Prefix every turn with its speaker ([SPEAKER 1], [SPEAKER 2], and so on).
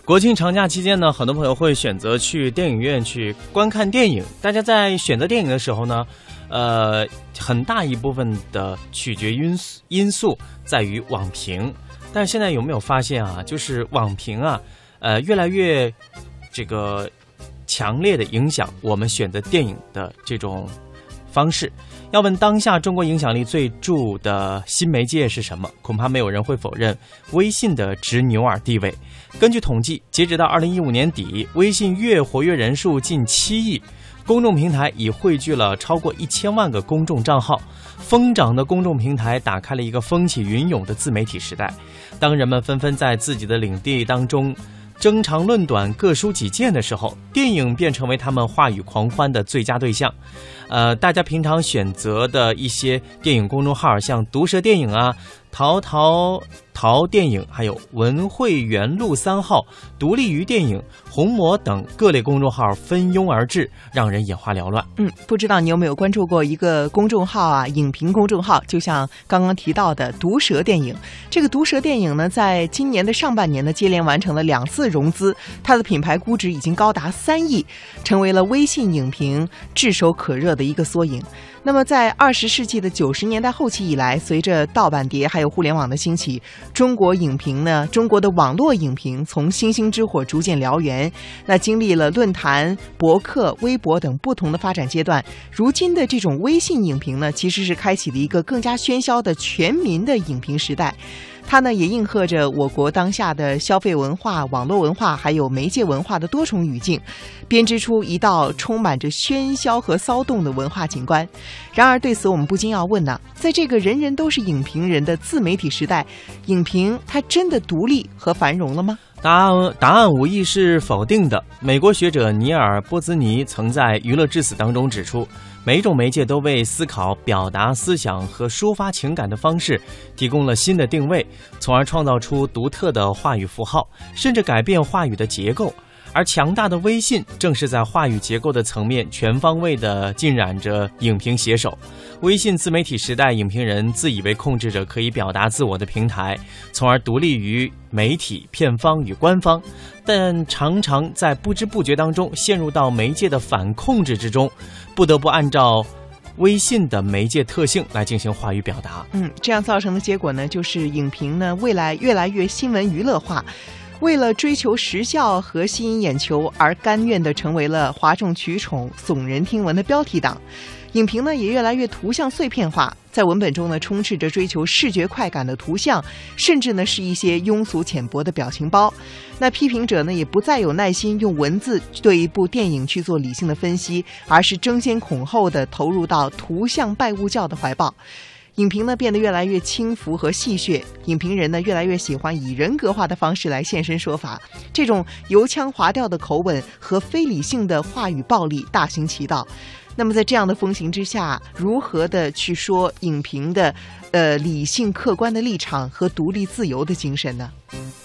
[SPEAKER 1] 国庆长假期间呢，很多朋友会选择去电影院去观看电影。大家在选择电影的时候呢，很大一部分的取决因素在于网评。但是现在有没有发现啊，就是网评啊，越来越这个强烈的影响我们选择电影的这种方式。要问当下中国影响力最著的新媒介是什么，恐怕没有人会否认微信的执牛耳地位。根据统计，截止到2015年底，微信月活跃人数近7亿，公众平台已汇聚了超过1000万个公众账号。疯长的公众平台打开了一个风起云涌的自媒体时代。当人们纷纷在自己的领地当中争长论短，各抒己见的时候，电影便成为他们话语狂欢的最佳对象。大家平常选择的一些电影公众号，像毒舌电影啊、淘电影，还有文汇园路3号、独立于电影、红魔等各类公众号蜂拥而至，让人眼花缭乱。
[SPEAKER 2] 不知道你有没有关注过一个公众号啊，影评公众号，就像刚刚提到的毒舌电影。这个毒舌电影呢，在今年的上半年呢，接连完成了2次融资，它的品牌估值已经高达3亿，成为了微信影评炙手可热的一个缩影。那么在20世纪的90年代后期以来，随着盗版碟还有互联网的兴起，中国的网络影评从星星之火逐渐燎原，那经历了论坛、博客、微博等不同的发展阶段。如今的这种微信影评呢，其实是开启了一个更加喧嚣的全民的影评时代。它呢也应和着我国当下的消费文化、网络文化还有媒介文化的多重语境，编织出一道充满着喧嚣和骚动的文化景观。然而对此我们不禁要问呢，在这个人人都是影评人的自媒体时代，影评它真的独立和繁荣了吗？
[SPEAKER 1] 答案无疑是否定的。美国学者尼尔·波兹尼曾在《娱乐至死》当中指出，每一种媒介都为思考、表达思想和抒发情感的方式提供了新的定位，从而创造出独特的话语符号，甚至改变话语的结构。而强大的微信正是在话语结构的层面全方位地浸染着影评写手。微信自媒体时代，影评人自以为控制着可以表达自我的平台，从而独立于媒体、片方与官方，但常常在不知不觉当中陷入到媒介的反控制之中，不得不按照微信的媒介特性来进行话语表达。
[SPEAKER 2] 这样造成的结果呢，就是影评呢未来越来越新闻娱乐化，为了追求时效和吸引眼球而甘愿地成为了哗众取宠、耸人听闻的标题党。影评呢也越来越图像碎片化，在文本中呢充斥着追求视觉快感的图像，甚至呢是一些庸俗浅薄的表情包。那批评者呢也不再有耐心用文字对一部电影去做理性的分析，而是争先恐后地投入到图像拜物教的怀抱。影评呢变得越来越轻浮和戏谑，影评人呢越来越喜欢以人格化的方式来现身说法，这种油腔滑调的口吻和非理性的话语暴力大行其道。那么在这样的风行之下，如何的去说影评的理性客观的立场和独立自由的精神呢？